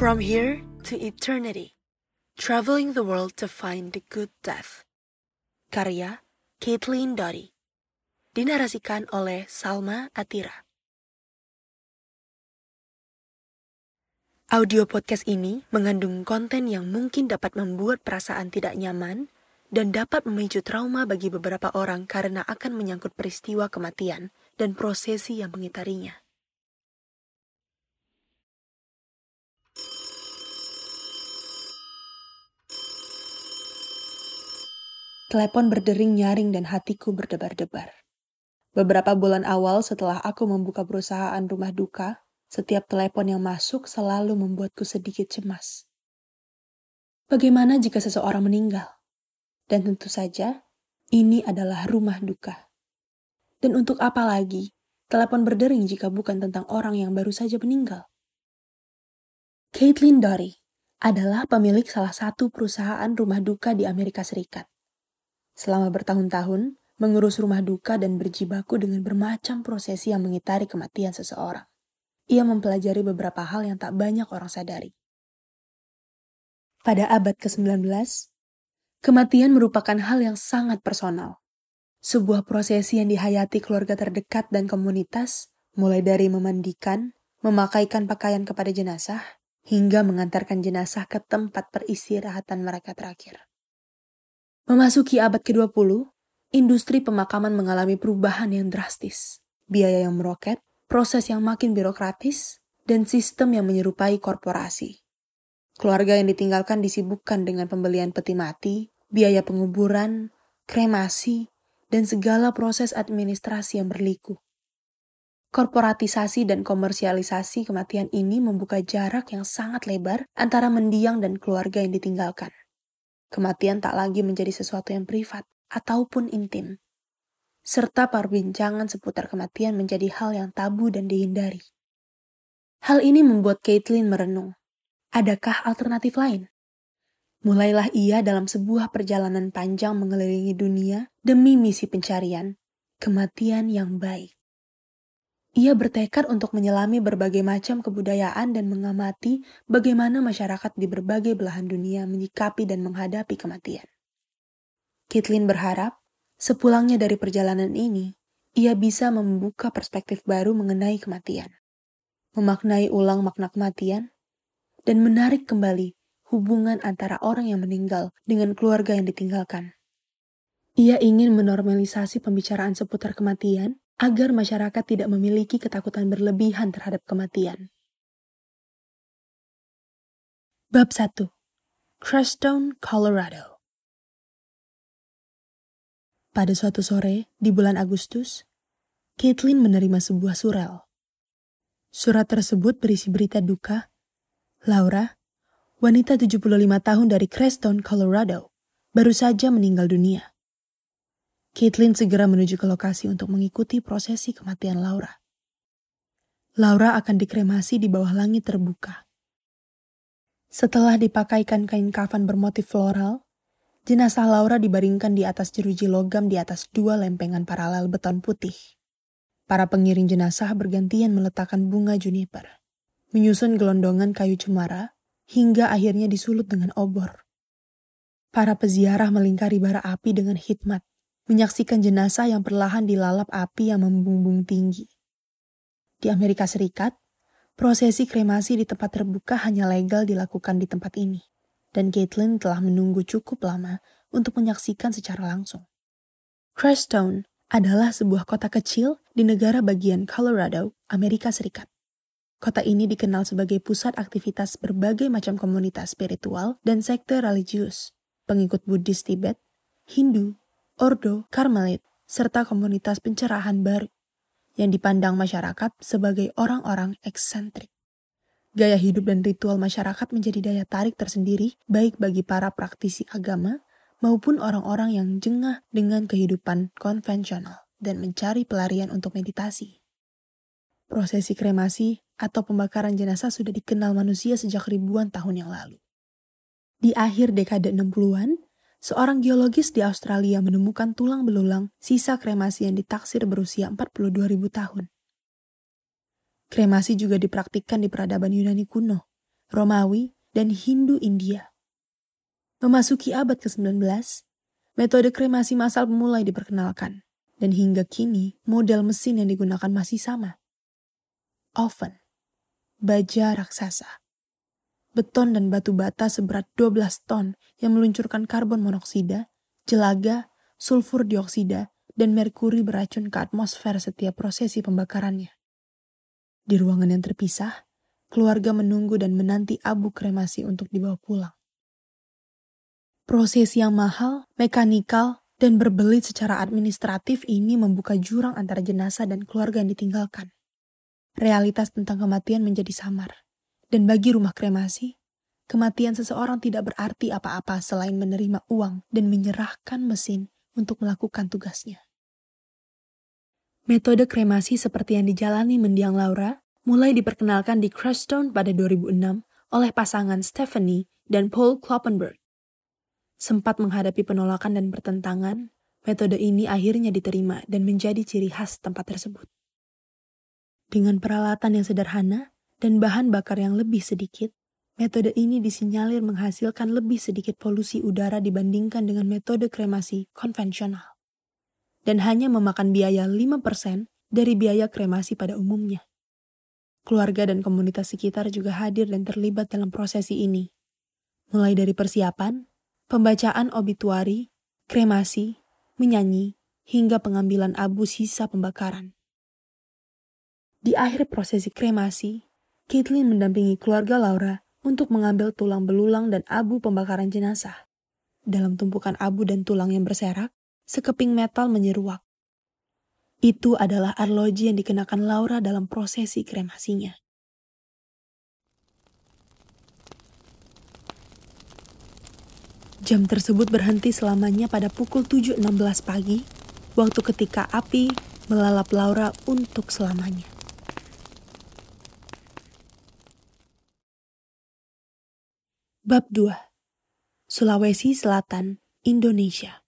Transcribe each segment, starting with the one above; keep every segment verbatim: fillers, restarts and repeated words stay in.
From Here to Eternity, Traveling the World to Find the Good Death. Karya Caitlin Doughty. Dinarasikan oleh Salma Atira. Audio podcast ini mengandung konten yang mungkin dapat membuat perasaan tidak nyaman dan dapat memicu trauma bagi beberapa orang karena akan menyangkut peristiwa kematian dan prosesi yang mengitarinya. Telepon berdering nyaring dan hatiku berdebar-debar. Beberapa bulan awal setelah aku membuka perusahaan rumah duka, setiap telepon yang masuk selalu membuatku sedikit cemas. Bagaimana jika seseorang meninggal? Dan tentu saja, ini adalah rumah duka. Dan untuk apa lagi, telepon berdering jika bukan tentang orang yang baru saja meninggal? Caitlin Doughty adalah pemilik salah satu perusahaan rumah duka di Amerika Serikat. Selama bertahun-tahun, mengurus rumah duka dan berjibaku dengan bermacam prosesi yang mengitari kematian seseorang. Ia mempelajari beberapa hal yang tak banyak orang sadari. Pada abad kesembilan belas, kematian merupakan hal yang sangat personal. Sebuah prosesi yang dihayati keluarga terdekat dan komunitas, mulai dari memandikan, memakaikan pakaian kepada jenazah, hingga mengantarkan jenazah ke tempat peristirahatan mereka terakhir. Memasuki abad kedua puluh, industri pemakaman mengalami perubahan yang drastis. Biaya yang meroket, proses yang makin birokratis, dan sistem yang menyerupai korporasi. Keluarga yang ditinggalkan disibukkan dengan pembelian peti mati, biaya penguburan, kremasi, dan segala proses administrasi yang berliku. Korporatisasi dan komersialisasi kematian ini membuka jarak yang sangat lebar antara mendiang dan keluarga yang ditinggalkan. Kematian tak lagi menjadi sesuatu yang privat ataupun intim. Serta perbincangan seputar kematian menjadi hal yang tabu dan dihindari. Hal ini membuat Caitlin merenung. Adakah alternatif lain? Mulailah ia dalam sebuah perjalanan panjang mengelilingi dunia demi misi pencarian kematian yang baik. Ia bertekad untuk menyelami berbagai macam kebudayaan dan mengamati bagaimana masyarakat di berbagai belahan dunia menyikapi dan menghadapi kematian. Caitlin berharap, sepulangnya dari perjalanan ini, ia bisa membuka perspektif baru mengenai kematian, memaknai ulang makna kematian, dan menarik kembali hubungan antara orang yang meninggal dengan keluarga yang ditinggalkan. Ia ingin menormalisasi pembicaraan seputar kematian, agar masyarakat tidak memiliki ketakutan berlebihan terhadap kematian. Bab satu. Crestone, Colorado. Pada suatu sore, di bulan Agustus, Caitlin menerima sebuah surel. Surat tersebut berisi berita duka. Laura, wanita tujuh puluh lima tahun dari Crestone, Colorado, baru saja meninggal dunia. Caitlin segera menuju ke lokasi untuk mengikuti prosesi kematian Laura. Laura akan dikremasi di bawah langit terbuka. Setelah dipakaikan kain kafan bermotif floral, jenazah Laura dibaringkan di atas jeruji logam di atas dua lempengan paralel beton putih. Para pengiring jenazah bergantian meletakkan bunga juniper, menyusun gelondongan kayu cemara, hingga akhirnya disulut dengan obor. Para peziarah melingkari bara api dengan hikmat, menyaksikan jenazah yang perlahan dilalap api yang membumbung tinggi. Di Amerika Serikat, prosesi kremasi di tempat terbuka hanya legal dilakukan di tempat ini, dan Caitlin telah menunggu cukup lama untuk menyaksikan secara langsung. Crestone adalah sebuah kota kecil di negara bagian Colorado, Amerika Serikat. Kota ini dikenal sebagai pusat aktivitas berbagai macam komunitas spiritual dan sekte religius, pengikut Buddhis Tibet, Hindu, Ordo, Karmelit, serta komunitas pencerahan baru yang dipandang masyarakat sebagai orang-orang eksentrik. Gaya hidup dan ritual masyarakat menjadi daya tarik tersendiri baik bagi para praktisi agama maupun orang-orang yang jengah dengan kehidupan konvensional dan mencari pelarian untuk meditasi. Prosesi kremasi atau pembakaran jenazah sudah dikenal manusia sejak ribuan tahun yang lalu. Di akhir dekade enam puluhan, seorang geologis di Australia menemukan tulang belulang sisa kremasi yang ditaksir berusia empat puluh dua ribu tahun. Kremasi juga dipraktikkan di peradaban Yunani kuno, Romawi, dan Hindu India. Memasuki abad kesembilan belas, metode kremasi massal mulai diperkenalkan, dan hingga kini model mesin yang digunakan masih sama. Oven, baja raksasa, beton dan batu bata seberat dua belas ton yang meluncurkan karbon monoksida, jelaga, sulfur dioksida, dan merkuri beracun ke atmosfer setiap prosesi pembakarannya. Di ruangan yang terpisah, keluarga menunggu dan menanti abu kremasi untuk dibawa pulang. Prosesi yang mahal, mekanikal, dan berbelit secara administratif ini membuka jurang antara jenazah dan keluarga yang ditinggalkan. Realitas tentang kematian menjadi samar. Dan bagi rumah kremasi, kematian seseorang tidak berarti apa-apa selain menerima uang dan menyerahkan mesin untuk melakukan tugasnya. Metode kremasi seperti yang dijalani mendiang Laura mulai diperkenalkan di Crestone pada dua ribu enam oleh pasangan Stephanie dan Paul Kloppenberg. Sempat menghadapi penolakan dan pertentangan, metode ini akhirnya diterima dan menjadi ciri khas tempat tersebut. Dengan peralatan yang sederhana dan bahan bakar yang lebih sedikit, metode ini disinyalir menghasilkan lebih sedikit polusi udara dibandingkan dengan metode kremasi konvensional. Dan hanya memakan biaya lima persen dari biaya kremasi pada umumnya. Keluarga dan komunitas sekitar juga hadir dan terlibat dalam prosesi ini. Mulai dari persiapan, pembacaan obituari, kremasi, menyanyi, hingga pengambilan abu sisa pembakaran. Di akhir prosesi kremasi, Caitlin mendampingi keluarga Laura untuk mengambil tulang belulang dan abu pembakaran jenazah. Dalam tumpukan abu dan tulang yang berserak, sekeping metal menyeruak. Itu adalah arloji yang dikenakan Laura dalam prosesi kremasinya. Jam tersebut berhenti selamanya pada pukul tujuh enam belas pagi, waktu ketika api melalap Laura untuk selamanya. Bab dua. Sulawesi Selatan, Indonesia.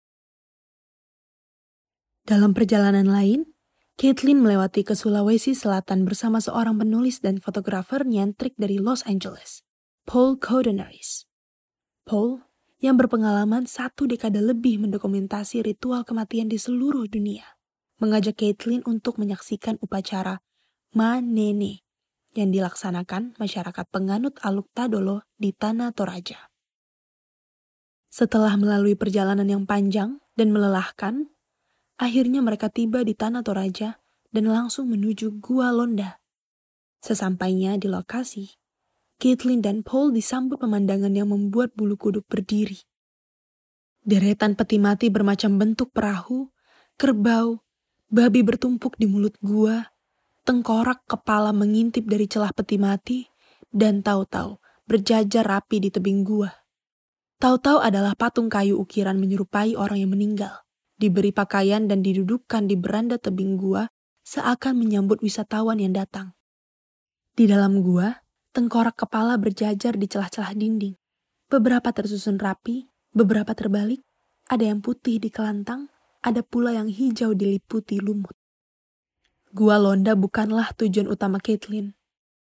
Dalam perjalanan lain, Caitlin melewati ke Sulawesi Selatan bersama seorang penulis dan fotografer nyentrik dari Los Angeles, Paul Codenaris. Paul, yang berpengalaman satu dekade lebih mendokumentasi ritual kematian di seluruh dunia, mengajak Caitlin untuk menyaksikan upacara Manene yang dilaksanakan masyarakat penganut Aluk Tadolo di Tanah Toraja. Setelah melalui perjalanan yang panjang dan melelahkan, akhirnya mereka tiba di Tanah Toraja dan langsung menuju Gua Londa. Sesampainya di lokasi, Caitlin dan Paul disambut pemandangan yang membuat bulu kuduk berdiri. Deretan peti mati bermacam bentuk perahu, kerbau, babi bertumpuk di mulut gua, tengkorak kepala mengintip dari celah peti mati, dan tahu-tahu berjajar rapi di tebing gua. Tahu-tahu adalah patung kayu ukiran menyerupai orang yang meninggal, diberi pakaian dan didudukkan di beranda tebing gua seakan menyambut wisatawan yang datang. Di dalam gua, tengkorak kepala berjajar di celah-celah dinding. Beberapa tersusun rapi, beberapa terbalik, ada yang putih di kelantang, ada pula yang hijau diliputi lumut. Gua Londa bukanlah tujuan utama Caitlin.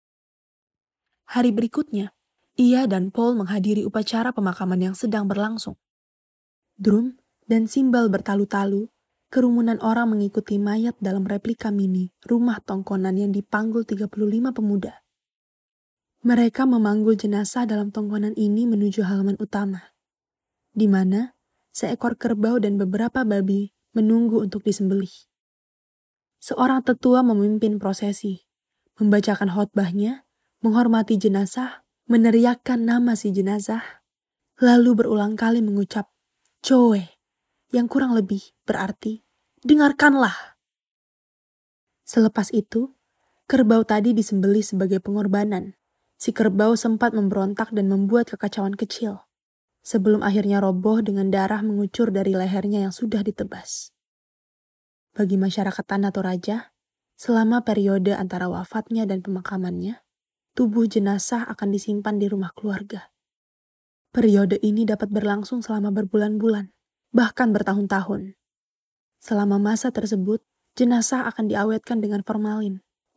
Hari berikutnya, ia dan Paul menghadiri upacara pemakaman yang sedang berlangsung. Drum dan simbal bertalu-talu, kerumunan orang mengikuti mayat dalam replika mini rumah tongkonan yang dipanggul tiga puluh lima pemuda. Mereka memanggul jenazah dalam tongkonan ini menuju halaman utama, di mana seekor kerbau dan beberapa babi menunggu untuk disembelih. Seorang tetua memimpin prosesi, membacakan khotbahnya, menghormati jenazah, meneriakkan nama si jenazah, lalu berulang kali mengucap "Coe", yang kurang lebih berarti "dengarkanlah". Selepas itu, kerbau tadi disembelih sebagai pengorbanan. Si kerbau sempat memberontak dan membuat kekacauan kecil, sebelum akhirnya roboh dengan darah mengucur dari lehernya yang sudah ditebas. Bagi masyarakat Tanah Toraja, selama periode antara wafatnya dan pemakamannya, tubuh jenazah akan disimpan di rumah keluarga. Periode ini dapat berlangsung selama berbulan-bulan, bahkan bertahun-tahun. Selama masa tersebut, jenazah akan diawetkan dengan formalin,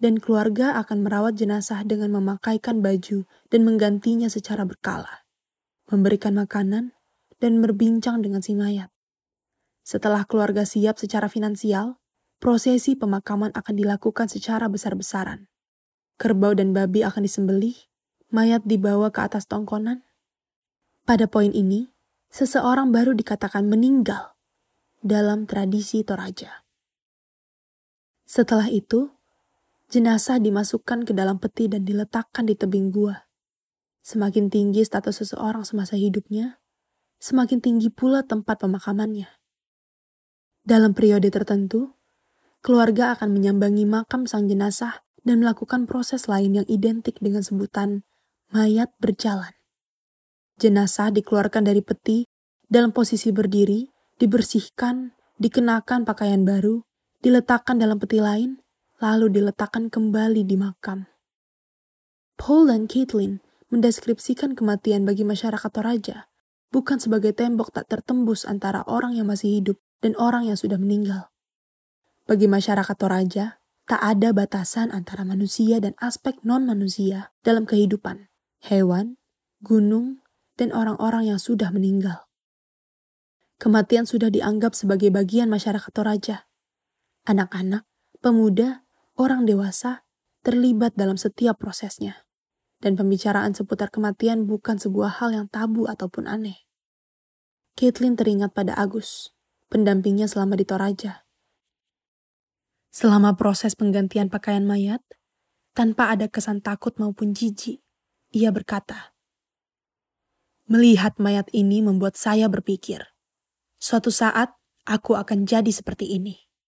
dan keluarga akan merawat jenazah dengan memakaikan baju dan menggantinya secara berkala, memberikan makanan, dan berbincang dengan si mayat. Setelah keluarga siap secara finansial, prosesi pemakaman akan dilakukan secara besar-besaran. Kerbau dan babi akan disembelih, mayat dibawa ke atas tongkonan. Pada poin ini, seseorang baru dikatakan meninggal dalam tradisi Toraja. Setelah itu, jenazah dimasukkan ke dalam peti dan diletakkan di tebing gua. Semakin tinggi status seseorang semasa hidupnya, semakin tinggi pula tempat pemakamannya. Dalam periode tertentu, keluarga akan menyambangi makam sang jenazah dan melakukan proses lain yang identik dengan sebutan mayat berjalan. Jenazah dikeluarkan dari peti dalam posisi berdiri, dibersihkan, dikenakan pakaian baru, diletakkan dalam peti lain, lalu diletakkan kembali di makam. Paul dan Caitlin mendeskripsikan kematian bagi masyarakat Toraja bukan sebagai tembok tak tertembus antara orang yang masih hidup dan orang yang sudah meninggal. Bagi masyarakat Toraja, tak ada batasan antara manusia dan aspek non-manusia dalam kehidupan, hewan, gunung, dan orang-orang yang sudah meninggal. Kematian sudah dianggap sebagai bagian masyarakat Toraja. Anak-anak, pemuda, orang dewasa terlibat dalam setiap prosesnya. Dan pembicaraan seputar kematian bukan sebuah hal yang tabu ataupun aneh. Caitlin teringat pada Agus, pendampingnya selama di Toraja. Selama proses penggantian pakaian mayat, tanpa ada kesan takut maupun jijik, ia berkata, "Melihat mayat ini membuat saya berpikir, suatu saat aku akan jadi seperti ini."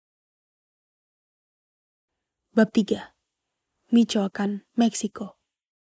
Bab tiga. Michoacan, Meksiko.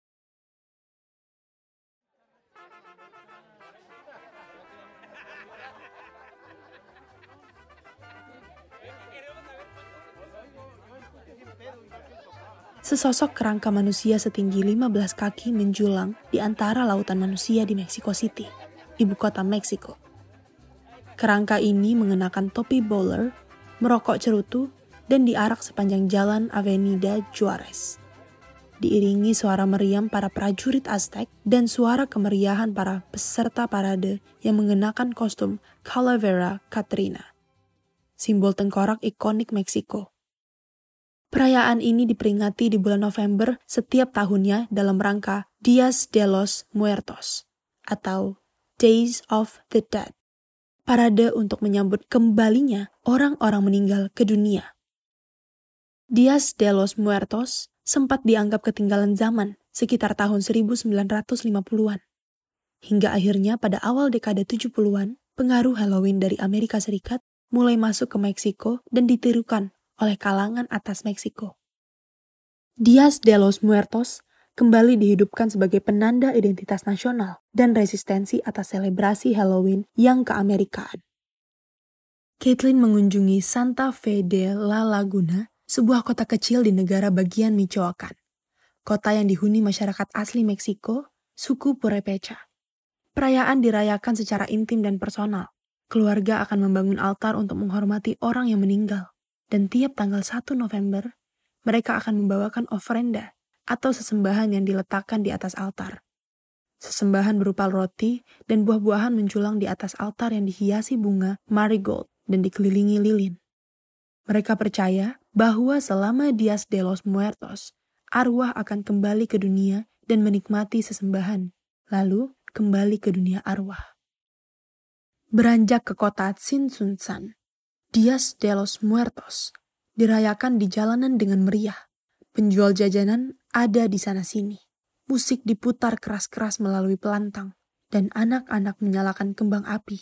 Sesosok kerangka manusia setinggi lima belas kaki menjulang di antara lautan manusia di Mexico City, ibu kota Meksiko. Kerangka ini mengenakan topi bowler, merokok cerutu, dan diarak sepanjang jalan Avenida Juarez. Diiringi suara meriam para prajurit Aztec dan suara kemeriahan para peserta parade yang mengenakan kostum Calavera Catrina, simbol tengkorak ikonik Meksiko. Perayaan ini diperingati di bulan November setiap tahunnya dalam rangka Días de los Muertos atau Days of the Dead, parade untuk menyambut kembalinya orang-orang meninggal ke dunia. Días de los Muertos sempat dianggap ketinggalan zaman sekitar tahun seribu sembilan ratus lima puluhan. Hingga akhirnya pada awal dekade tujuh puluhan, pengaruh Halloween dari Amerika Serikat mulai masuk ke Meksiko dan ditirukan oleh kalangan atas Meksiko. Días de los Muertos kembali dihidupkan sebagai penanda identitas nasional dan resistensi atas selebrasi Halloween yang keamerikaan. Caitlin mengunjungi Santa Fe de la Laguna, sebuah kota kecil di negara bagian Michoacan, kota yang dihuni masyarakat asli Meksiko, suku Purepecha. Perayaan dirayakan secara intim dan personal. Keluarga akan membangun altar untuk menghormati orang yang meninggal. Dan tiap tanggal satu November, mereka akan membawakan ofrenda atau sesembahan yang diletakkan di atas altar. Sesembahan berupa roti dan buah-buahan menjulang di atas altar yang dihiasi bunga marigold dan dikelilingi lilin. Mereka percaya bahwa selama Días de los Muertos, arwah akan kembali ke dunia dan menikmati sesembahan, lalu kembali ke dunia arwah. Beranjak ke kota Tzintzuntzan, Días de los Muertos dirayakan di jalanan dengan meriah. Penjual jajanan ada di sana-sini. Musik diputar keras-keras melalui pelantang, dan anak-anak menyalakan kembang api.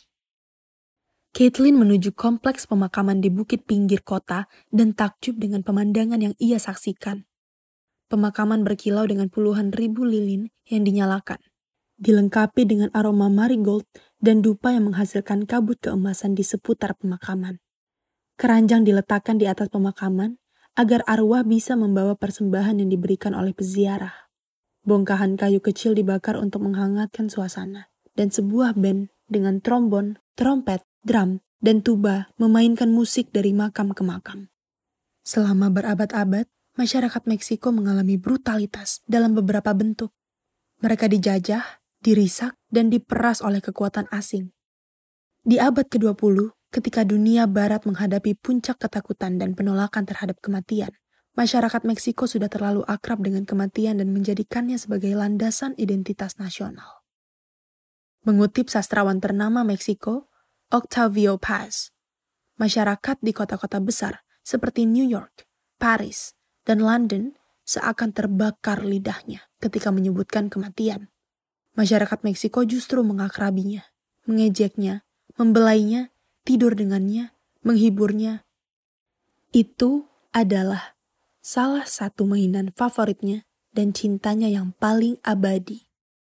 Caitlin menuju kompleks pemakaman di bukit pinggir kota dan takjub dengan pemandangan yang ia saksikan. Pemakaman berkilau dengan puluhan ribu lilin yang dinyalakan, dilengkapi dengan aroma marigold dan dupa yang menghasilkan kabut keemasan di seputar pemakaman. Keranjang diletakkan di atas pemakaman agar arwah bisa membawa persembahan yang diberikan oleh peziarah. Bongkahan kayu kecil dibakar untuk menghangatkan suasana, dan sebuah band dengan trombon, trompet, drum, dan tuba memainkan musik dari makam ke makam. Selama berabad-abad, masyarakat Meksiko mengalami brutalitas dalam beberapa bentuk. Mereka dijajah, dirisak, dan diperas oleh kekuatan asing. Di abad kedua puluh, ketika dunia barat menghadapi puncak ketakutan dan penolakan terhadap kematian, masyarakat Meksiko sudah terlalu akrab dengan kematian dan menjadikannya sebagai landasan identitas nasional. Mengutip sastrawan ternama Meksiko, Octavio Paz, masyarakat di kota-kota besar seperti New York, Paris, dan London seakan terbakar lidahnya ketika menyebutkan kematian. Masyarakat Meksiko justru mengakrabinya, mengejeknya, membelainya, tidur dengannya, menghiburnya. Itu adalah salah satu mainan favoritnya dan cintanya yang paling abadi.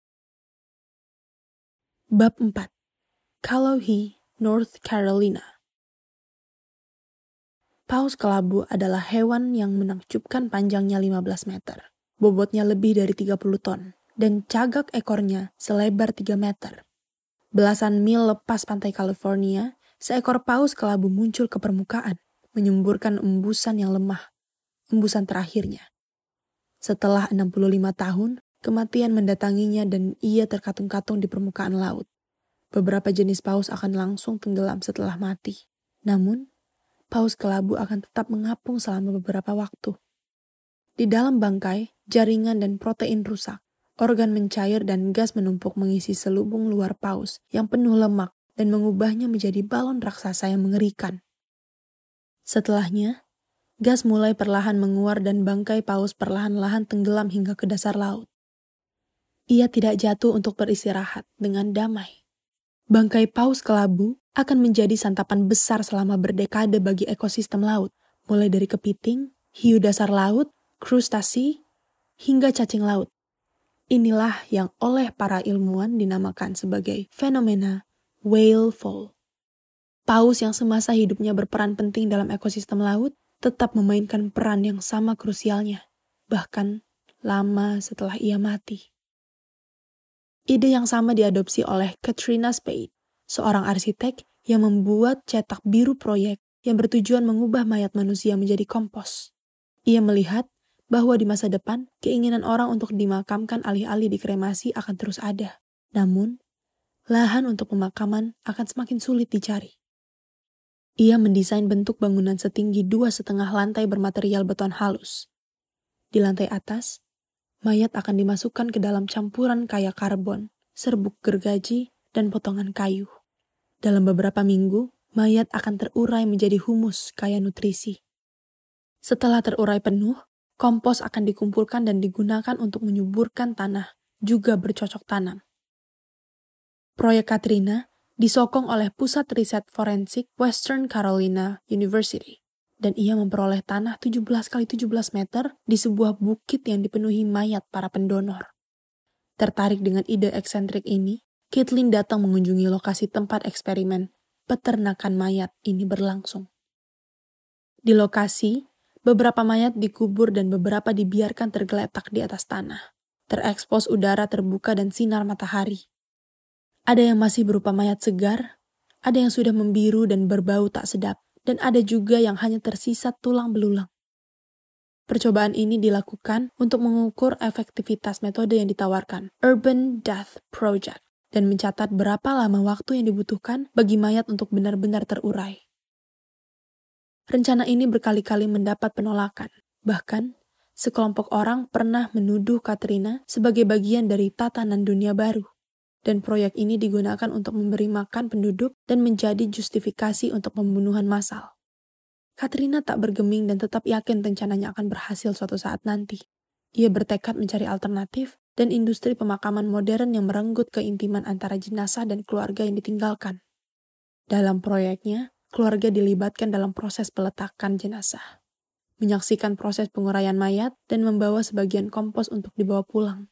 Bab empat. Cullowhee, North Carolina. Paus kelabu adalah hewan yang menakjubkan, panjangnya lima belas meter, bobotnya lebih dari tiga puluh ton, dan cagak ekornya selebar tiga meter. Belasan mil lepas pantai California, seekor paus kelabu muncul ke permukaan, menyemburkan embusan yang lemah, embusan terakhirnya. Setelah enam puluh lima tahun, kematian mendatanginya dan ia terkatung-katung di permukaan laut. Beberapa jenis paus akan langsung tenggelam setelah mati. Namun, paus kelabu akan tetap mengapung selama beberapa waktu. Di dalam bangkai, jaringan dan protein rusak. Organ mencair dan gas menumpuk mengisi selubung luar paus yang penuh lemak dan mengubahnya menjadi balon raksasa yang mengerikan. Setelahnya, gas mulai perlahan menguar dan bangkai paus perlahan-lahan tenggelam hingga ke dasar laut. Ia tidak jatuh untuk beristirahat dengan damai. Bangkai paus kelabu akan menjadi santapan besar selama berdekade bagi ekosistem laut, mulai dari kepiting, hiu dasar laut, krustasi, hingga cacing laut. Inilah yang oleh para ilmuwan dinamakan sebagai fenomena whale fall. Paus yang semasa hidupnya berperan penting dalam ekosistem laut tetap memainkan peran yang sama krusialnya, bahkan lama setelah ia mati. Ide yang sama diadopsi oleh Katrina Spade, seorang arsitek yang membuat cetak biru proyek yang bertujuan mengubah mayat manusia menjadi kompos. Ia melihat bahwa di masa depan, keinginan orang untuk dimakamkan alih-alih dikremasi akan terus ada. Namun, lahan untuk pemakaman akan semakin sulit dicari. Ia mendesain bentuk bangunan setinggi dua setengah lantai bermaterial beton halus. Di lantai atas, mayat akan dimasukkan ke dalam campuran kaya karbon, serbuk gergaji, dan potongan kayu. Dalam beberapa minggu, mayat akan terurai menjadi humus kaya nutrisi. Setelah terurai penuh, kompos akan dikumpulkan dan digunakan untuk menyuburkan tanah, juga bercocok tanam. Proyek Katrina disokong oleh Pusat Riset Forensik Western Carolina University, dan ia memperoleh tanah tujuh belas kali tujuh belas meter di sebuah bukit yang dipenuhi mayat para pendonor. Tertarik dengan ide eksentrik ini, Caitlin datang mengunjungi lokasi tempat eksperimen peternakan mayat ini berlangsung. Di lokasi, beberapa mayat dikubur dan beberapa dibiarkan tergeletak di atas tanah, terekspos udara terbuka dan sinar matahari. Ada yang masih berupa mayat segar, ada yang sudah membiru dan berbau tak sedap, dan ada juga yang hanya tersisa tulang belulang. Percobaan ini dilakukan untuk mengukur efektivitas metode yang ditawarkan, Urban Death Project, dan mencatat berapa lama waktu yang dibutuhkan bagi mayat untuk benar-benar terurai. Rencana ini berkali-kali mendapat penolakan. Bahkan, sekelompok orang pernah menuduh Katrina sebagai bagian dari tatanan dunia baru. Dan proyek ini digunakan untuk memberi makan penduduk dan menjadi justifikasi untuk pembunuhan massal. Katrina tak bergeming dan tetap yakin rencananya akan berhasil suatu saat nanti. Ia bertekad mencari alternatif dan industri pemakaman modern yang merenggut keintiman antara jenazah dan keluarga yang ditinggalkan. Dalam proyeknya, keluarga dilibatkan dalam proses peletakan jenazah, menyaksikan proses penguraian mayat, dan membawa sebagian kompos untuk dibawa pulang.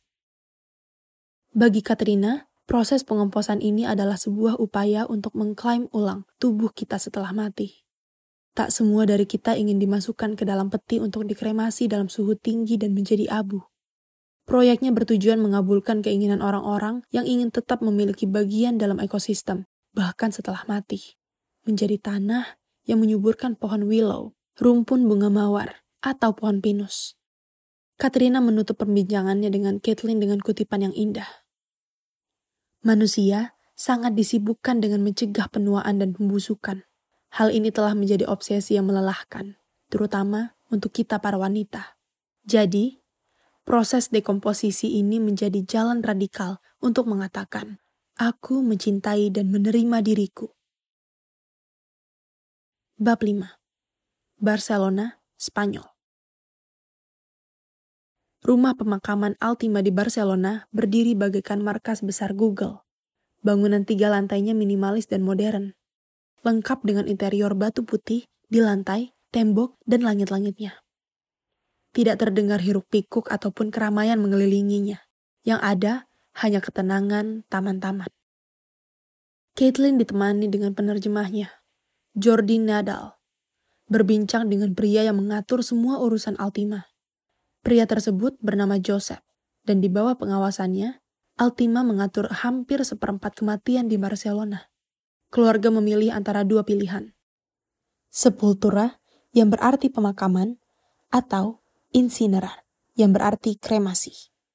Bagi Katrina, proses pengomposan ini adalah sebuah upaya untuk mengklaim ulang tubuh kita setelah mati. Tak semua dari kita ingin dimasukkan ke dalam peti untuk dikremasi dalam suhu tinggi dan menjadi abu. Proyeknya bertujuan mengabulkan keinginan orang-orang yang ingin tetap memiliki bagian dalam ekosistem, bahkan setelah mati. Menjadi tanah yang menyuburkan pohon willow, rumpun bunga mawar, atau pohon pinus. Katrina menutup perbincangannya dengan Caitlin dengan kutipan yang indah. Manusia sangat disibukkan dengan mencegah penuaan dan pembusukan. Hal ini telah menjadi obsesi yang melelahkan, terutama untuk kita para wanita. Jadi, proses dekomposisi ini menjadi jalan radikal untuk mengatakan, aku mencintai dan menerima diriku. Bab lima. Barcelona, Spanyol. Rumah pemakaman Altima di Barcelona berdiri bagaikan markas besar Google. Bangunan tiga lantainya minimalis dan modern, lengkap dengan interior batu putih di lantai, tembok, dan langit-langitnya. Tidak terdengar hiruk-pikuk ataupun keramaian mengelilinginya. Yang ada hanya ketenangan taman-taman. Caitlin ditemani dengan penerjemahnya, Jordi Nadal, berbincang dengan pria yang mengatur semua urusan Altima. Pria tersebut bernama Joseph, dan di bawah pengawasannya, Altima mengatur hampir seperempat kematian di Barcelona. Keluarga memilih antara dua pilihan. Sepultura, yang berarti pemakaman, atau incinerar, yang berarti kremasi.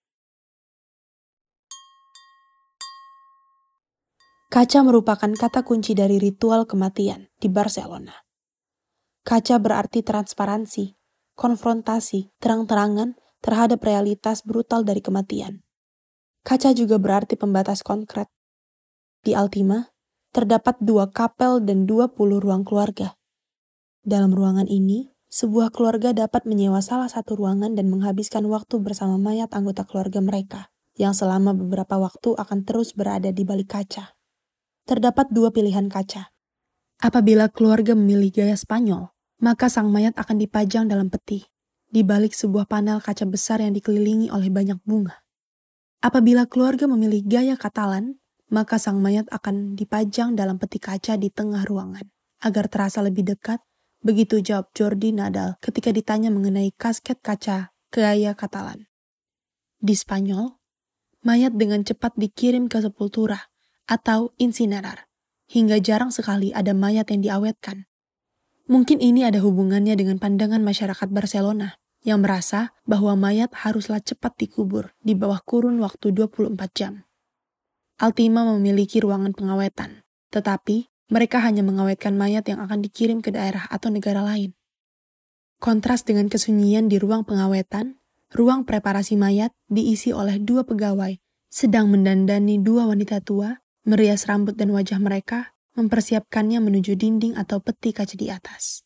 Kaca merupakan kata kunci dari ritual kematian di Barcelona. Kaca berarti transparansi, konfrontasi, terang-terangan terhadap realitas brutal dari kematian. Kaca juga berarti pembatas konkret. Di Altima, terdapat dua kapel dan dua puluh ruang keluarga. Dalam ruangan ini, sebuah keluarga dapat menyewa salah satu ruangan dan menghabiskan waktu bersama mayat anggota keluarga mereka, yang selama beberapa waktu akan terus berada di balik kaca. Terdapat dua pilihan kaca. Apabila keluarga memilih gaya Spanyol, maka sang mayat akan dipajang dalam peti, di balik sebuah panel kaca besar yang dikelilingi oleh banyak bunga. Apabila keluarga memilih gaya Katalan, maka sang mayat akan dipajang dalam peti kaca di tengah ruangan, agar terasa lebih dekat, begitu jawab Jordi Nadal ketika ditanya mengenai kasket kaca gaya Katalan. Di Spanyol, mayat dengan cepat dikirim ke sepultura atau incinerar, hingga jarang sekali ada mayat yang diawetkan. Mungkin ini ada hubungannya dengan pandangan masyarakat Barcelona, yang merasa bahwa mayat haruslah cepat dikubur di bawah kurun waktu dua puluh empat jam. Altima memiliki ruangan pengawetan, tetapi mereka hanya mengawetkan mayat yang akan dikirim ke daerah atau negara lain. Kontras dengan kesunyian di ruang pengawetan, ruang preparasi mayat diisi oleh dua pegawai sedang mendandani dua wanita tua, merias rambut dan wajah mereka, mempersiapkannya menuju dinding atau peti kaca di atas.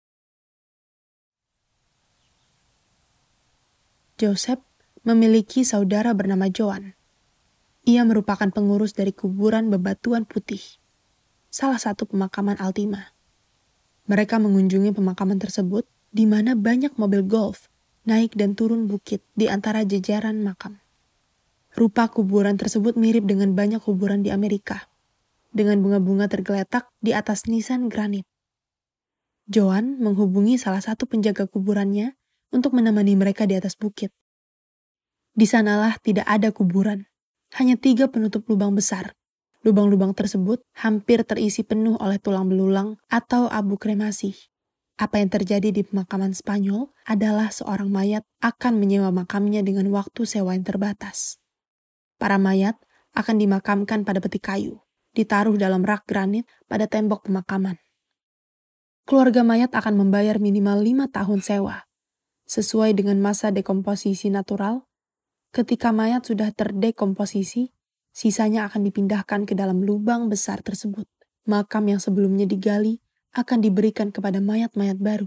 Joseph memiliki saudara bernama Joan. Ia merupakan pengurus dari kuburan bebatuan putih, salah satu pemakaman Altima. Mereka mengunjungi pemakaman tersebut di mana banyak mobil golf naik dan turun bukit di antara jejaran makam. Rupa kuburan tersebut mirip dengan banyak kuburan di Amerika, dengan bunga-bunga tergeletak di atas nisan granit. Joan menghubungi salah satu penjaga kuburannya untuk menemani mereka di atas bukit. Di sanalah tidak ada kuburan. Hanya tiga penutup lubang besar. Lubang-lubang tersebut hampir terisi penuh oleh tulang belulang atau abu kremasi. Apa yang terjadi di pemakaman Spanyol adalah seorang mayat akan menyewa makamnya dengan waktu sewa yang terbatas. Para mayat akan dimakamkan pada peti kayu, ditaruh dalam rak granit pada tembok pemakaman. Keluarga mayat akan membayar minimal lima tahun sewa, sesuai dengan masa dekomposisi natural. Ketika mayat sudah terdekomposisi, sisanya akan dipindahkan ke dalam lubang besar tersebut. Makam yang sebelumnya digali akan diberikan kepada mayat-mayat baru.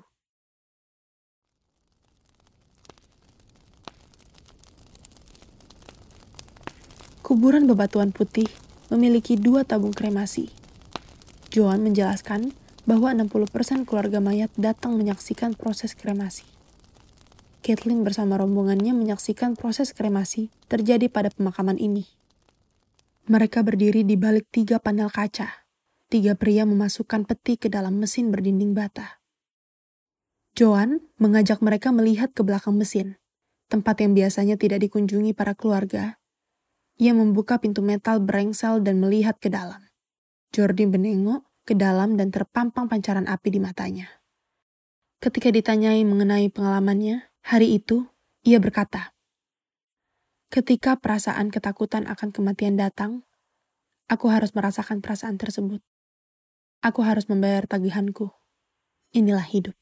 Kuburan bebatuan putih memiliki dua tabung kremasi. Joan menjelaskan bahwa enam puluh persen keluarga mayat datang menyaksikan proses kremasi. Caitlin bersama rombongannya menyaksikan proses kremasi terjadi pada pemakaman ini. Mereka berdiri di balik tiga panel kaca. Tiga pria memasukkan peti ke dalam mesin berdinding bata. Joan mengajak mereka melihat ke belakang mesin, tempat yang biasanya tidak dikunjungi para keluarga. Ia membuka pintu metal berengsel dan melihat ke dalam. Jordi menengok ke dalam dan terpampang pancaran api di matanya. Ketika ditanyai mengenai pengalamannya, hari itu, ia berkata, "Ketika perasaan ketakutan akan kematian datang, aku harus merasakan perasaan tersebut. Aku harus membayar tagihanku. Inilah hidup."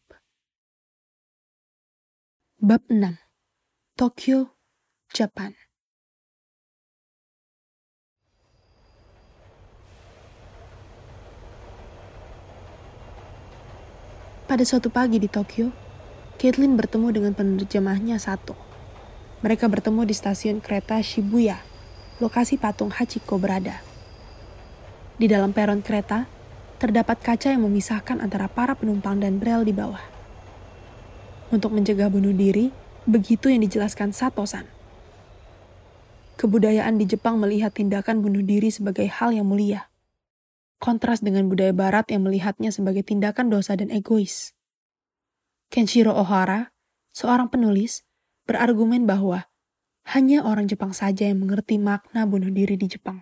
Bab enam. Tokyo, Jepang. Pada suatu pagi di Tokyo, Caitlin bertemu dengan penerjemahnya Sato. Mereka bertemu di stasiun kereta Shibuya, lokasi patung Hachiko berada. Di dalam peron kereta, terdapat kaca yang memisahkan antara para penumpang dan rel di bawah. Untuk mencegah bunuh diri, begitu yang dijelaskan Sato-san. Kebudayaan di Jepang melihat tindakan bunuh diri sebagai hal yang mulia. Kontras dengan budaya barat yang melihatnya sebagai tindakan dosa dan egois. Kenshiro Ohara, seorang penulis, berargumen bahwa hanya orang Jepang saja yang mengerti makna bunuh diri di Jepang.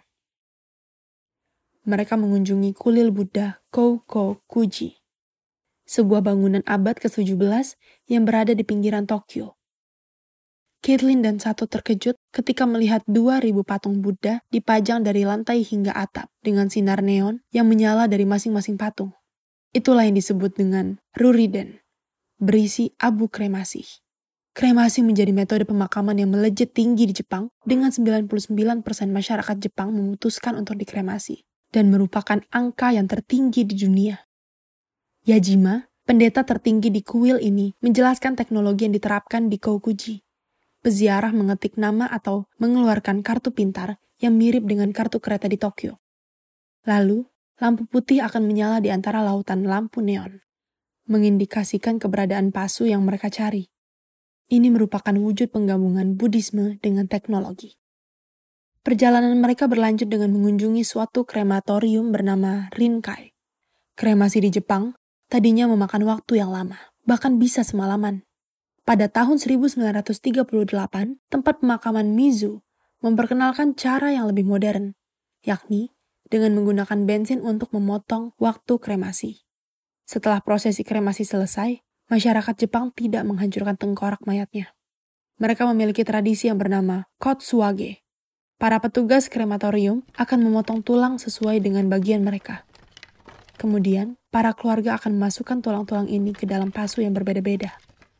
Mereka mengunjungi kuil Buddha Koukokuji, sebuah bangunan abad ke tujuh belas yang berada di pinggiran Tokyo. Caitlin dan Sato terkejut ketika melihat dua ribu patung Buddha dipajang dari lantai hingga atap dengan sinar neon yang menyala dari masing-masing patung. Itulah yang disebut dengan Ruriden, berisi abu kremasi. Kremasi menjadi metode pemakaman yang melejit tinggi di Jepang dengan sembilan puluh sembilan persen masyarakat Jepang memutuskan untuk dikremasi dan merupakan angka yang tertinggi di dunia. Yajima, pendeta tertinggi di kuil ini, menjelaskan teknologi yang diterapkan di Koukuji. Peziarah mengetik nama atau mengeluarkan kartu pintar yang mirip dengan kartu kereta di Tokyo. Lalu, lampu putih akan menyala di antara lautan lampu neon, mengindikasikan keberadaan pasu yang mereka cari. Ini merupakan wujud penggabungan Buddhisme dengan teknologi. Perjalanan mereka berlanjut dengan mengunjungi suatu krematorium bernama Rinkai. Kremasi di Jepang tadinya memakan waktu yang lama, bahkan bisa semalaman. Pada tahun seribu sembilan ratus tiga puluh delapan, tempat pemakaman Mizu memperkenalkan cara yang lebih modern, yakni dengan menggunakan bensin untuk memotong waktu kremasi. Setelah prosesi kremasi selesai, masyarakat Jepang tidak menghancurkan tengkorak mayatnya. Mereka memiliki tradisi yang bernama Kotsuage. Para petugas krematorium akan memotong tulang sesuai dengan bagian mereka. Kemudian, para keluarga akan memasukkan tulang-tulang ini ke dalam pasu yang berbeda-beda.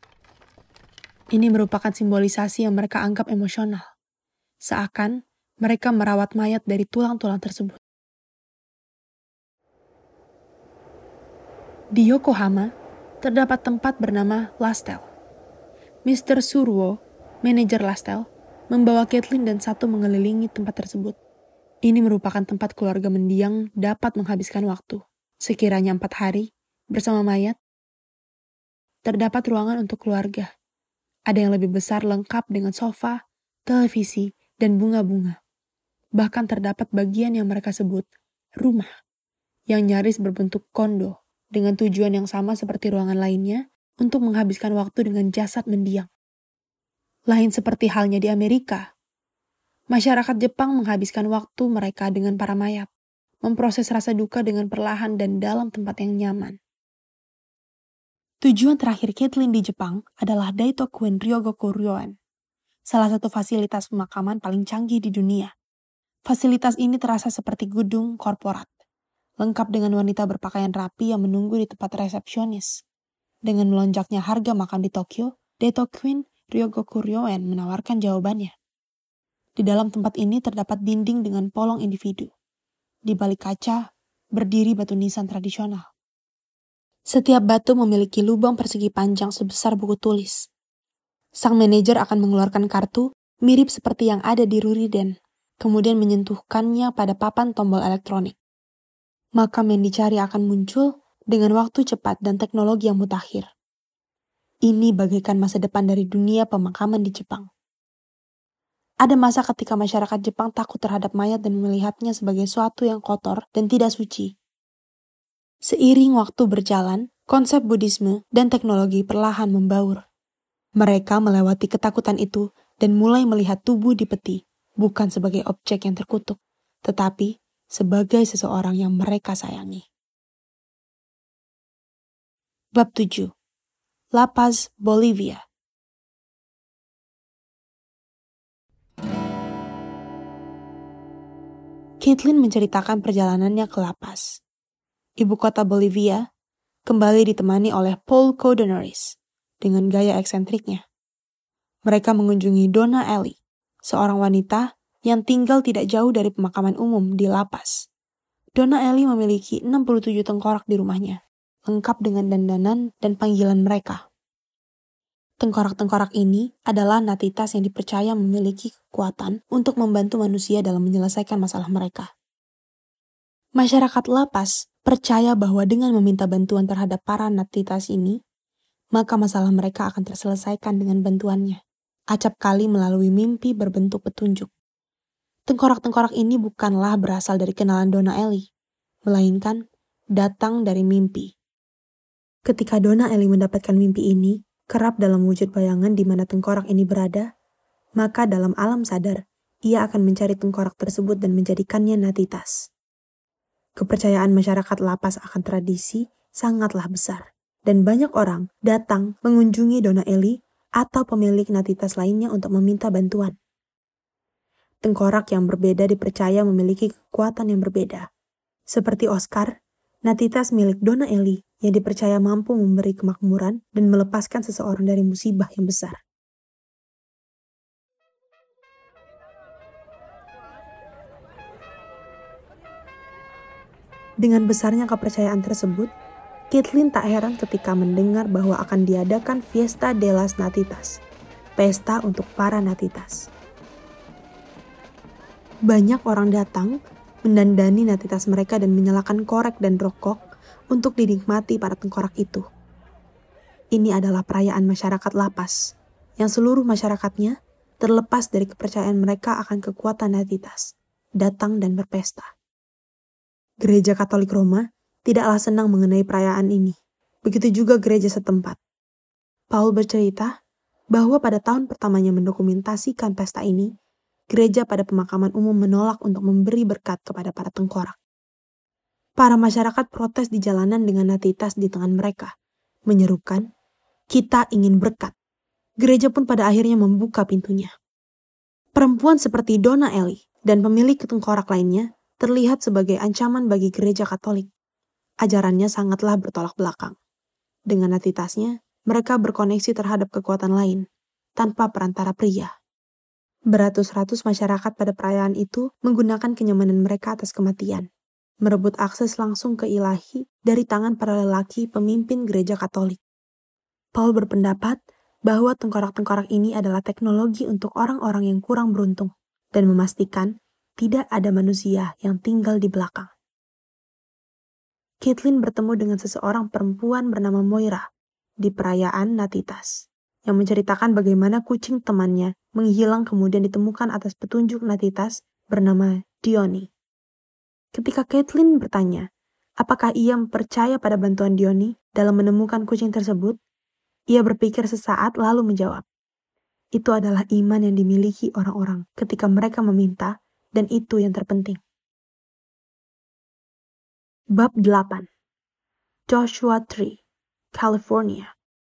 Ini merupakan simbolisasi yang mereka anggap emosional. Seakan mereka merawat mayat dari tulang-tulang tersebut. Di Yokohama, terdapat tempat bernama Lastel. mister Surwo, manajer Lastel, membawa Caitlin dan Sato mengelilingi tempat tersebut. Ini merupakan tempat keluarga mendiang dapat menghabiskan waktu. Sekiranya empat hari, bersama mayat, terdapat ruangan untuk keluarga. Ada yang lebih besar lengkap dengan sofa, televisi, dan bunga-bunga. Bahkan terdapat bagian yang mereka sebut rumah, yang nyaris berbentuk kondo, dengan tujuan yang sama seperti ruangan lainnya untuk menghabiskan waktu dengan jasad mendiang. Lain seperti halnya di Amerika, masyarakat Jepang menghabiskan waktu mereka dengan para mayat, memproses rasa duka dengan perlahan dan dalam tempat yang nyaman. Tujuan terakhir Caitlin di Jepang adalah Daitokuen Ryogoku Ryoen, salah satu fasilitas pemakaman paling canggih di dunia. Fasilitas ini terasa seperti gedung korporat, lengkap dengan wanita berpakaian rapi yang menunggu di tempat resepsionis. Dengan melonjaknya harga makan di Tokyo, Daitokuen Ryogoku Ryoen menawarkan jawabannya. Di dalam tempat ini terdapat dinding dengan polong individu. Di balik kaca, berdiri batu nisan tradisional. Setiap batu memiliki lubang persegi panjang sebesar buku tulis. Sang manajer akan mengeluarkan kartu mirip seperti yang ada di Ruriden, kemudian menyentuhkannya pada papan tombol elektronik. Makam yang dicari akan muncul dengan waktu cepat dan teknologi yang mutakhir. Ini bagaikan masa depan dari dunia pemakaman di Jepang. Ada masa ketika masyarakat Jepang takut terhadap mayat dan melihatnya sebagai sesuatu yang kotor dan tidak suci. Seiring waktu berjalan, konsep Buddhisme dan teknologi perlahan membaur. Mereka melewati ketakutan itu dan mulai melihat tubuh di peti, bukan sebagai objek yang terkutuk, tetapi sebagai seseorang yang mereka sayangi. Bab tujuh. La Paz, Bolivia. Caitlin menceritakan perjalanannya ke La Paz, ibu kota Bolivia, kembali ditemani oleh Paul Codonoris dengan gaya eksentriknya. Mereka mengunjungi Donna Ellie, seorang wanita yang tinggal tidak jauh dari pemakaman umum di La Paz. Donna Ellie memiliki enam puluh tujuh tengkorak di rumahnya, lengkap dengan dandanan dan panggilan mereka. Tengkorak-tengkorak ini adalah natitas yang dipercaya memiliki kekuatan untuk membantu manusia dalam menyelesaikan masalah mereka. Masyarakat La Paz percaya bahwa dengan meminta bantuan terhadap para natitas ini, maka masalah mereka akan terselesaikan dengan bantuannya. Acap kali melalui mimpi berbentuk petunjuk. Tengkorak-tengkorak ini bukanlah berasal dari kenalan Donna Ellie, melainkan datang dari mimpi. Ketika Donna Ellie mendapatkan mimpi ini, kerap dalam wujud bayangan di mana tengkorak ini berada, maka dalam alam sadar, ia akan mencari tengkorak tersebut dan menjadikannya natitas. Kepercayaan masyarakat La Paz akan tradisi sangatlah besar, dan banyak orang datang mengunjungi Donna Ellie atau pemilik natitas lainnya untuk meminta bantuan. Tengkorak yang berbeda dipercaya memiliki kekuatan yang berbeda. Seperti Oscar, natitas milik Donna Ellie yang dipercaya mampu memberi kemakmuran dan melepaskan seseorang dari musibah yang besar. Dengan besarnya kepercayaan tersebut, Caitlin tak heran ketika mendengar bahwa akan diadakan Fiesta de las Natitas, pesta untuk para natitas. Banyak orang datang, mendandani natitas mereka dan menyalakan korek dan rokok untuk dinikmati para tengkorak itu. Ini adalah perayaan masyarakat La Paz, yang seluruh masyarakatnya, terlepas dari kepercayaan mereka akan kekuatan natitas, datang dan berpesta. Gereja Katolik Roma tidaklah senang mengenai perayaan ini. Begitu juga gereja setempat. Paul bercerita bahwa pada tahun pertamanya mendokumentasikan pesta ini, gereja pada pemakaman umum menolak untuk memberi berkat kepada para tengkorak. Para masyarakat protes di jalanan dengan natitas di tangan mereka, menyerukan, "Kita ingin berkat." Gereja pun pada akhirnya membuka pintunya. Perempuan seperti Donna Ellie dan pemilik tengkorak lainnya terlihat sebagai ancaman bagi gereja Katolik. Ajarannya sangatlah bertolak belakang. Dengan natitasnya, mereka berkoneksi terhadap kekuatan lain, tanpa perantara pria. Beratus-ratus masyarakat pada perayaan itu menggunakan kenyamanan mereka atas kematian, merebut akses langsung ke ilahi dari tangan para lelaki pemimpin gereja Katolik. Paul berpendapat bahwa tengkorak-tengkorak ini adalah teknologi untuk orang-orang yang kurang beruntung, dan memastikan tidak ada manusia yang tinggal di belakang. Caitlin bertemu dengan seseorang perempuan bernama Moira di perayaan Natitas, yang menceritakan bagaimana kucing temannya menghilang kemudian ditemukan atas petunjuk Natitas bernama Diony. Ketika Caitlin bertanya, apakah ia percaya pada bantuan Diony dalam menemukan kucing tersebut, ia berpikir sesaat lalu menjawab, itu adalah iman yang dimiliki orang-orang ketika mereka meminta, dan itu yang terpenting. Bab delapan. Joshua Tree, California.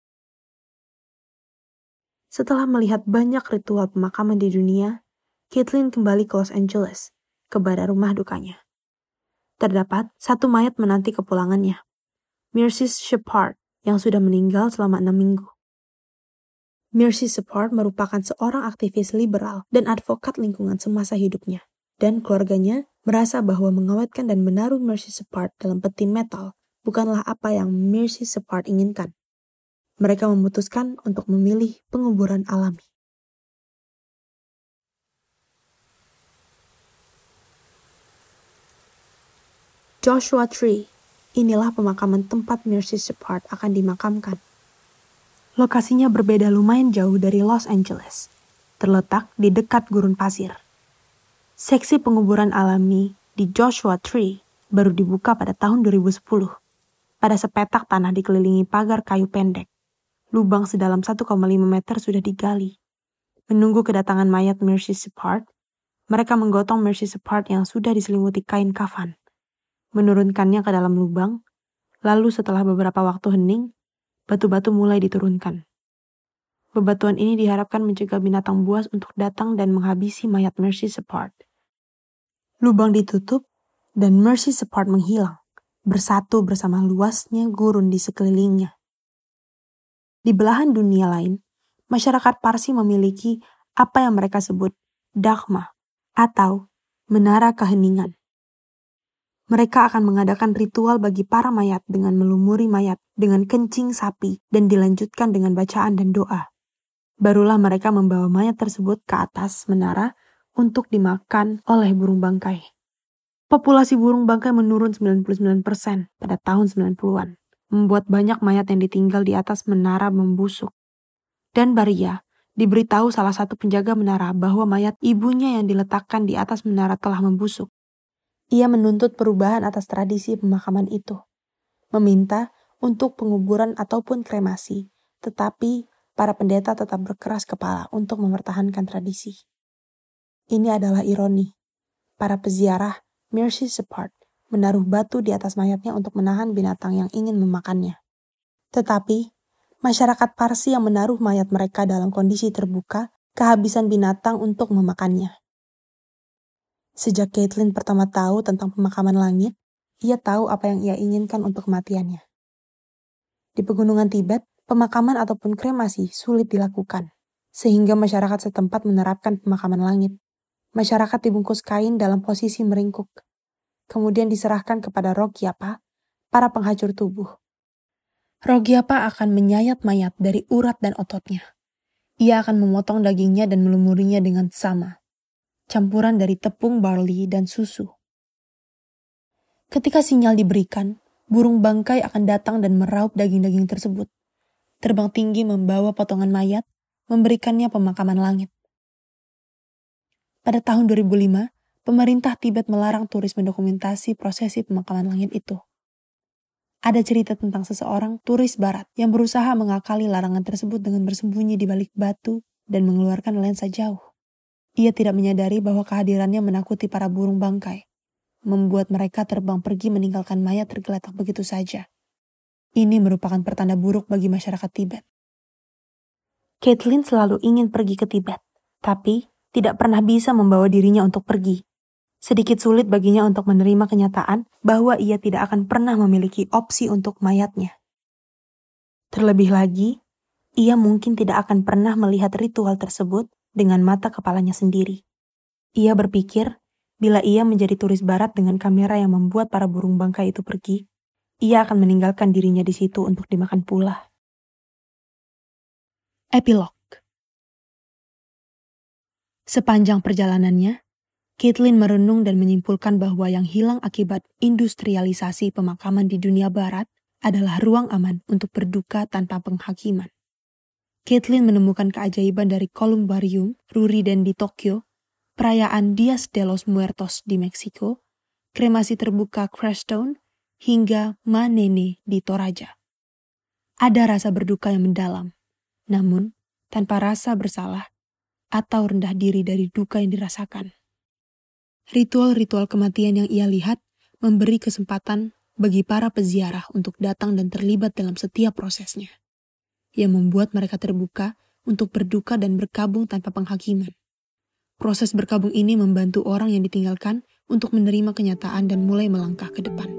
Setelah melihat banyak ritual pemakaman di dunia, Caitlin kembali ke Los Angeles, kepada rumah dukanya. Terdapat satu mayat menanti kepulangannya, Mercy Shepard, yang sudah meninggal selama enam minggu. Mercy Shepard merupakan seorang aktivis liberal dan advokat lingkungan semasa hidupnya, dan keluarganya merasa bahwa mengawetkan dan menaruh Mercy Shepard dalam peti metal bukanlah apa yang Mercy Shepard inginkan. Mereka memutuskan untuk memilih penguburan alami. Joshua Tree, inilah pemakaman tempat Mercy Shepard akan dimakamkan. Lokasinya berbeda lumayan jauh dari Los Angeles, terletak di dekat gurun pasir. Seksi penguburan alami di Joshua Tree baru dibuka pada tahun dua ribu sepuluh. Pada sepetak tanah dikelilingi pagar kayu pendek. Lubang sedalam satu koma lima meter sudah digali. Menunggu kedatangan mayat Mercy Shepard, mereka menggotong Mercy Shepard yang sudah diselimuti kain kafan, menurunkannya ke dalam lubang, lalu setelah beberapa waktu hening, batu-batu mulai diturunkan. Bebatuan ini diharapkan mencegah binatang buas untuk datang dan menghabisi mayat Mercy Shepard. Lubang ditutup dan Mercy Shepard menghilang, bersatu bersama luasnya gurun di sekelilingnya. Di belahan dunia lain, masyarakat Parsi memiliki apa yang mereka sebut dagma atau menara keheningan. Mereka akan mengadakan ritual bagi para mayat dengan melumuri mayat dengan kencing sapi dan dilanjutkan dengan bacaan dan doa. Barulah mereka membawa mayat tersebut ke atas menara untuk dimakan oleh burung bangkai. Populasi burung bangkai menurun sembilan puluh sembilan persen pada tahun sembilan puluhan, membuat banyak mayat yang ditinggal di atas menara membusuk. Dan Baria diberitahu salah satu penjaga menara bahwa mayat ibunya yang diletakkan di atas menara telah membusuk. Ia menuntut perubahan atas tradisi pemakaman itu, meminta untuk penguburan ataupun kremasi, tetapi para pendeta tetap berkeras kepala untuk mempertahankan tradisi. Ini adalah ironi. Para peziarah Mercy Shepard menaruh batu di atas mayatnya untuk menahan binatang yang ingin memakannya. Tetapi, masyarakat Parsi yang menaruh mayat mereka dalam kondisi terbuka, kehabisan binatang untuk memakannya. Sejak Caitlin pertama tahu tentang pemakaman langit, ia tahu apa yang ia inginkan untuk kematiannya. Di pegunungan Tibet, pemakaman ataupun kremasi sulit dilakukan, sehingga masyarakat setempat menerapkan pemakaman langit. Masyarakat dibungkus kain dalam posisi meringkuk, kemudian diserahkan kepada Rogyapa, para penghancur tubuh. Rogyapa akan menyayat mayat dari urat dan ototnya. Ia akan memotong dagingnya dan melumurinya dengan sama, campuran dari tepung barley dan susu. Ketika sinyal diberikan, burung bangkai akan datang dan meraup daging-daging tersebut. Terbang tinggi membawa potongan mayat, memberikannya pemakaman langit. Pada tahun dua ribu lima, pemerintah Tibet melarang turis mendokumentasi prosesi pemakaman langit itu. Ada cerita tentang seseorang turis barat yang berusaha mengakali larangan tersebut dengan bersembunyi di balik batu dan mengeluarkan lensa jauh. Ia tidak menyadari bahwa kehadirannya menakuti para burung bangkai, membuat mereka terbang pergi meninggalkan mayat tergeletak begitu saja. Ini merupakan pertanda buruk bagi masyarakat Tibet. Caitlin selalu ingin pergi ke Tibet, tapi tidak pernah bisa membawa dirinya untuk pergi. Sedikit sulit baginya untuk menerima kenyataan bahwa ia tidak akan pernah memiliki opsi untuk mayatnya. Terlebih lagi, ia mungkin tidak akan pernah melihat ritual tersebut dengan mata kepalanya sendiri. Ia berpikir, bila ia menjadi turis barat dengan kamera yang membuat para burung bangkai itu pergi, ia akan meninggalkan dirinya di situ untuk dimakan pula. Epilog. Sepanjang perjalanannya, Caitlin merenung dan menyimpulkan bahwa yang hilang akibat industrialisasi pemakaman di dunia barat adalah ruang aman untuk berduka tanpa penghakiman. Caitlin menemukan keajaiban dari Columbarium Ruriden di Tokyo, perayaan Días de los Muertos di Meksiko, kremasi terbuka Crestone, hingga Manene di Toraja. Ada rasa berduka yang mendalam, namun tanpa rasa bersalah atau rendah diri dari duka yang dirasakan. Ritual-ritual kematian yang ia lihat memberi kesempatan bagi para peziarah untuk datang dan terlibat dalam setiap prosesnya, yang membuat mereka terbuka untuk berduka dan berkabung tanpa penghakiman. Proses berkabung ini membantu orang yang ditinggalkan untuk menerima kenyataan dan mulai melangkah ke depan.